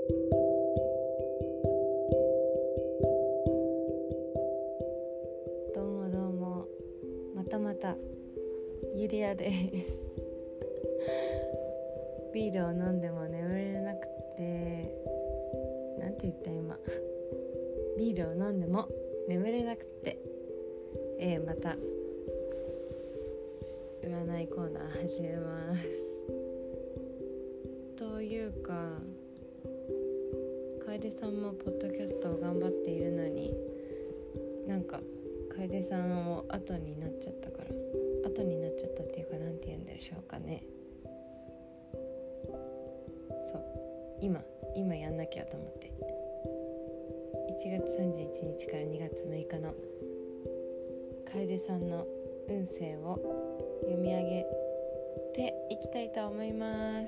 どうもどうも、またまたゆりやですビールを飲んでも眠れなくて、なんて言った今ビールを飲んでも眠れなくて、また占いコーナー始めますというか、楓さんもポッドキャストを頑張っているのに、なんか楓さんを後になっちゃったっていうか、なんて言うんでしょうかね。そう今やんなきゃと思って1月31日から2月6日の楓さんの運勢を読み上げていきたいと思います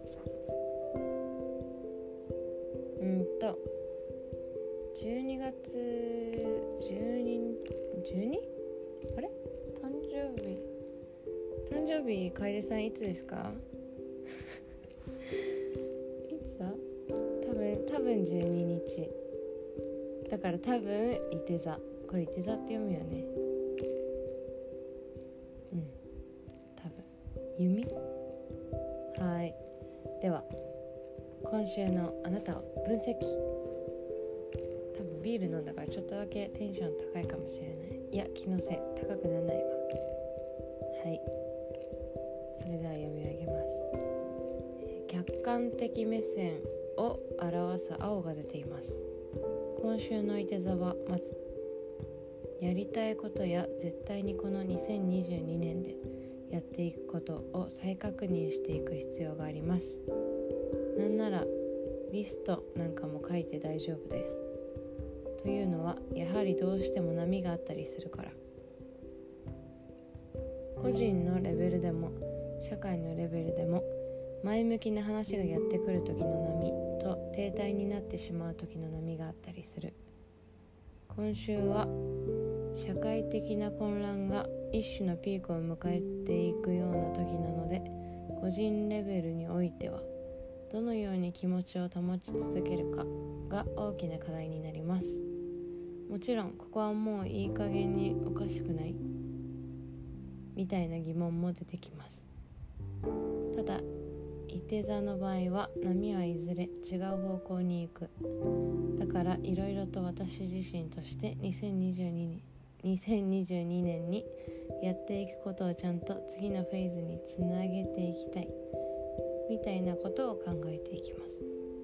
。12月12？あれ？誕生日楓さんいつですか？いつだ？多分12日だから、多分いて座。これいて座って読むよね。多分弓。はい、では今週のあなたを分析。多分ビール飲んだからちょっとだけテンション高いかもしれない。いや、気のせい。高くならないわ。はい、それでは読み上げます。客観的目線を表す青が出ています。今週のいて座は、まずやりたいことや絶対にこの2022年でやっていくことを再確認していく必要があります。なんならリストなんかも書いて大丈夫です。というのは、やはりどうしても波があったりするから。個人のレベルでも社会のレベルでも、前向きな話がやってくる時の波と停滞になってしまう時の波があったりする。今週は社会的な混乱が一種のピークを迎えていくような時なので、個人レベルにおいてはどのように気持ちを保ち続けるかが大きな課題になります。もちろんここはもういい加減におかしくないみたいな疑問も出てきます。ただいて座の場合は、波はいずれ違う方向に行く。だからいろいろと私自身として2022年にやっていくことをちゃんと次のフェーズにつなげていきたいみたいなことを考えていきます。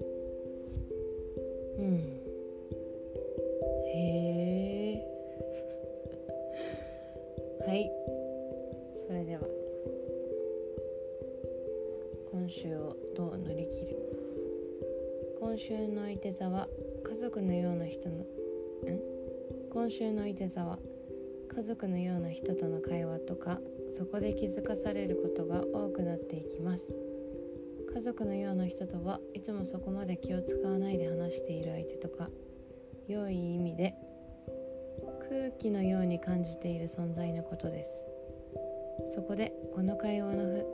はい、それでは今週をどう乗り切る。今週のいて座は家族のような人との会話とか、そこで気づかされることが多くなっていきます。家族のような人とは、いつもそこまで気を使わないで話している相手とか、良い意味で空気のように感じている存在のことです。そこでこの会話の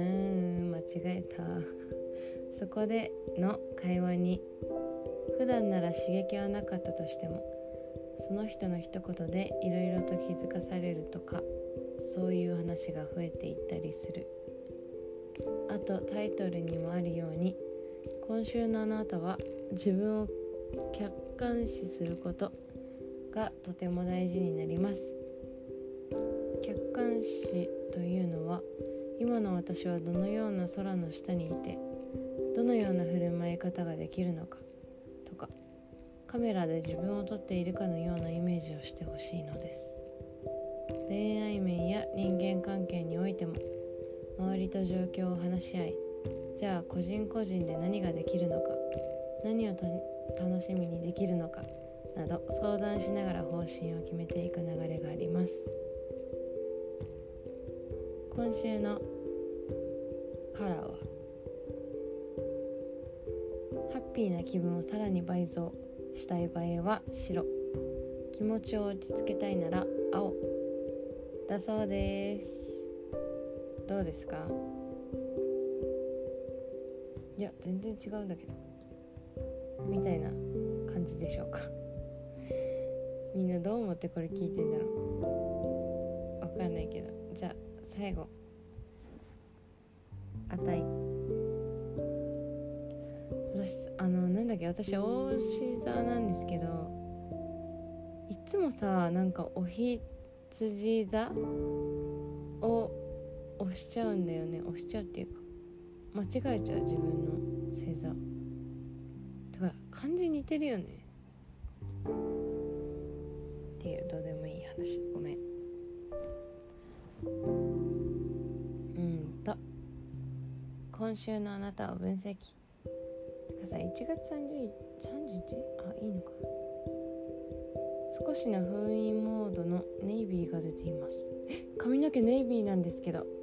そこでの会話に普段なら刺激はなかったとしても、その人の一言でいろいろと気づかされるとか、そういう話が増えていったりする。あとタイトルにもあるように、今週のあなたは自分を客観視することがとても大事になります。客観視というのは、今の私はどのような空の下にいて、どのような振る舞い方ができるのかとか、カメラで自分を撮っているかのようなイメージをしてほしいのです。恋愛面や人間関係においても、周りと状況を話し合い、じゃあ個人個人で何ができるのか、何を楽しみにできるのかなど相談しながら方針を決めていく流れがあります。今週のカラーは、ハッピーな気分をさらに倍増したい場合は白、気持ちを落ち着けたいなら青だそうです。どうですか？いや、全然違うんだけど。 みたいな感じでしょうか。みんなどう思ってこれ聞いてんだろう、わかんないけど、じゃあ最後、あたい、私大志座なんですけど、いつもさ、なんかお羊座を押しちゃうんだよね。押しちゃうっていうか間違えちゃう、自分の星座てか漢字似てるよねっていう、どうでもいい話、ごめん。今週のあなたを分析。てかさ、1月31いいのかな。少しの封印モードのネイビーが出ています。髪の毛ネイビーなんですけど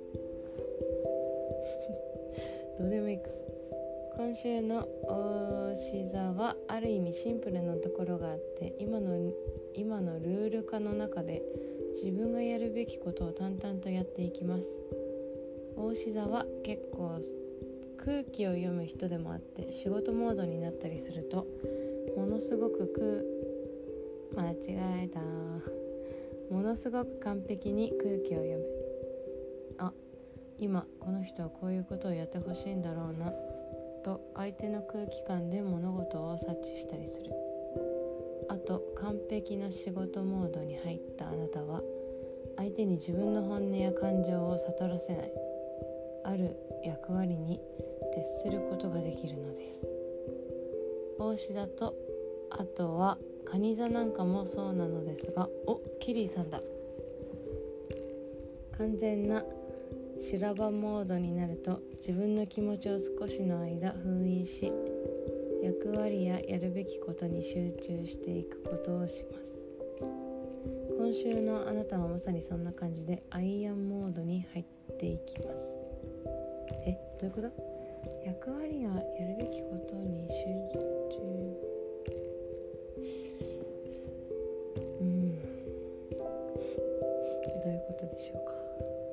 どうでもいいか。今週のおし座はある意味シンプルなところがあって、今のルール化の中で自分がやるべきことを淡々とやっていきます。おし座は結構空気を読む人でもあって、仕事モードになったりするとものすごく完璧に空気を読む。今この人はこういうことをやってほしいんだろうなと、相手の空気感で物事を察知したりする。あと、完璧な仕事モードに入ったあなたは相手に自分の本音や感情を悟らせない、ある役割に徹することができるのです。帽子だと、あとは蟹座なんかもそうなのですが、キリーさんだ。完全な修羅場モードになると、自分の気持ちを少しの間封印し、役割ややるべきことに集中していくことをします。今週のあなたはまさにそんな感じでアイアンモードに入っていきます。どういうこと？役割ややるべきことに集中、どういうことでしょうか。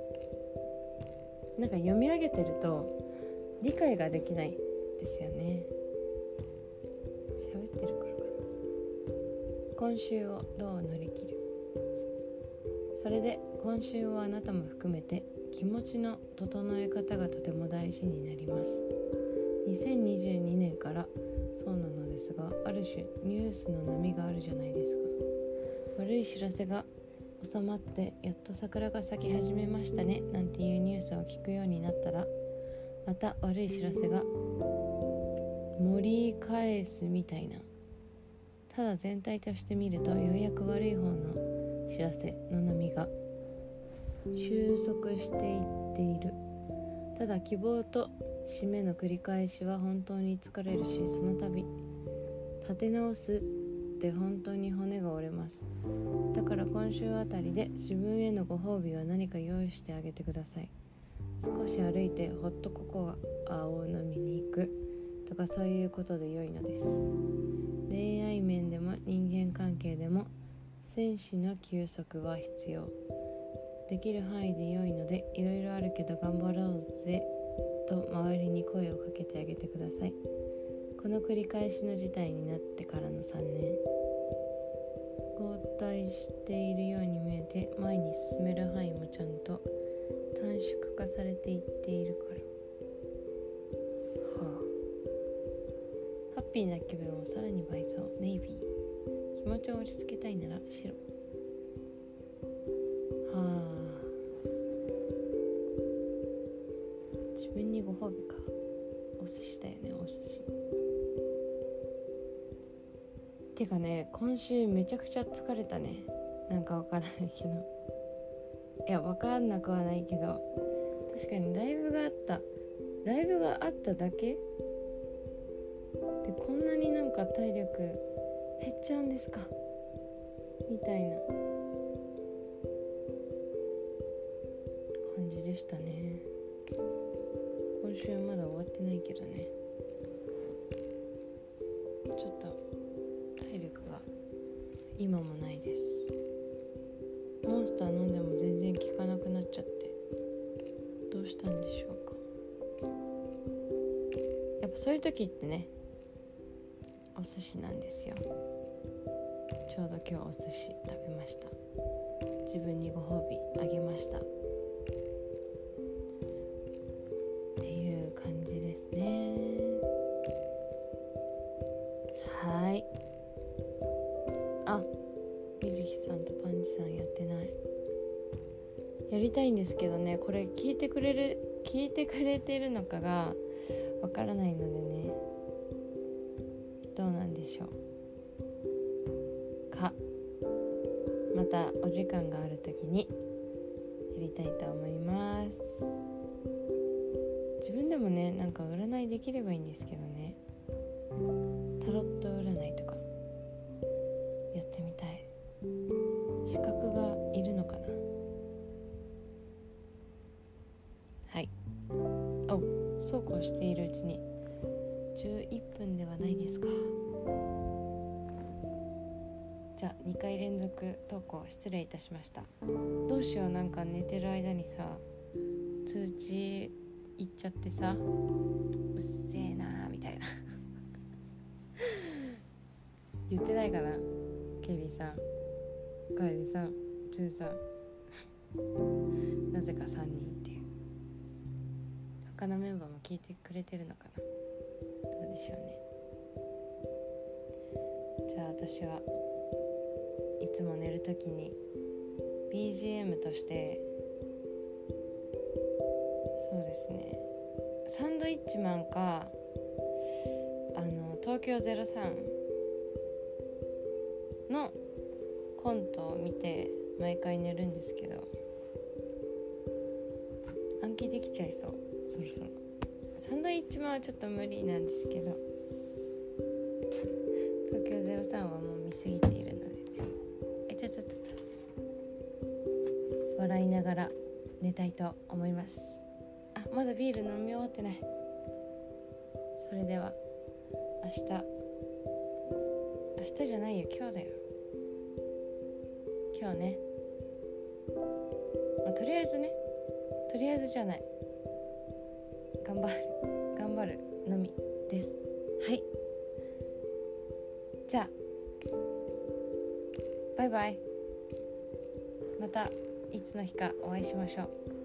なんか読み上げてると理解ができないですよね。喋ってるからかな。今週をどう乗り切る。それで今週はあなたも含めて気持ちの整え方がとても大事になります。2022年からそうなのですが、ある種ニュースの波があるじゃないですか。悪い知らせが収まってやっと桜が咲き始めましたねなんていうニュースを聞くようになったら、また悪い知らせが盛り返すみたいな。ただ全体として見ると、ようやく悪い方の知らせの波が収束していっている。ただ希望と締めの繰り返しは本当に疲れるし、その度立て直すって本当に骨が折れます。だから今週あたりで自分へのご褒美は何か用意してあげてください。少し歩いてホットココアを飲みに行くとか、そういうことで良いのです。恋愛面でも人間関係でも戦士の休息は必要。できる範囲で良いので、いろいろあるけど頑張ろうぜと周りに声をかけてあげてください。この繰り返しの事態になってからの3年、後退しているように見えて、前に進める範囲もちゃんと短縮化されていっているから。ハッピーな気分をさらに倍増、ネイビー。気持ちを落ち着けたいなら白。自分にご褒美か。お寿司だよね、お寿司。てかね、今週めちゃくちゃ疲れたね。なんかわからないけど、いやわかんなくはないけど、確かにライブがあっただけで、こんなになんか体力減っちゃうんですかみたいな感じでしたね。今週まだ終わってないけどね、ちょっと体力が今もないです。モンスター飲んでも全然効かなくなっちゃって、どうしたんでしょうか。やっぱそういう時ってね、 お寿司なんですよ。ちょうど今日お寿司食べました。自分にご褒美あげましたっていう感じですね。はい。あ、水木さんとパンチさんやってない。やりたいんですけどね、これ聞いてくれてるのかがわからないのでね、どうなんでしょうか。またお時間があるときにやりたいと思います。自分でもね、なんか占いできればいいんですけどね。タロット占いとかやってみたい。資格がいるのかな。はい。そうこうしているうちに11分ではないですか。じゃあ2回連続投稿失礼いたしました。どうしよう、なんか寝てる間にさ通知いっちゃってさ、うっせえなみたいな言ってないかな。ケリーさん、楓さん、中さんなぜか3人っていう。他のメンバーも聞いてくれてるのかな。どうでしょうね。じゃあ私はいつも寝るときに BGM としてそうですね、サンドイッチマンか東京03のコントを見て毎回寝るんですけど、暗記できちゃいそう。そろそろサンドイッチマンはちょっと無理なんですけど、東京03はもう見過ぎているのでね、笑いながら寝たいと思います。あ、まだビール飲み終わってない。それでは明日じゃないよ、今日だよ。今日ね、とりあえずじゃない、頑張るのみです。はい、じゃあバイバイ。またいつの日かお会いしましょう。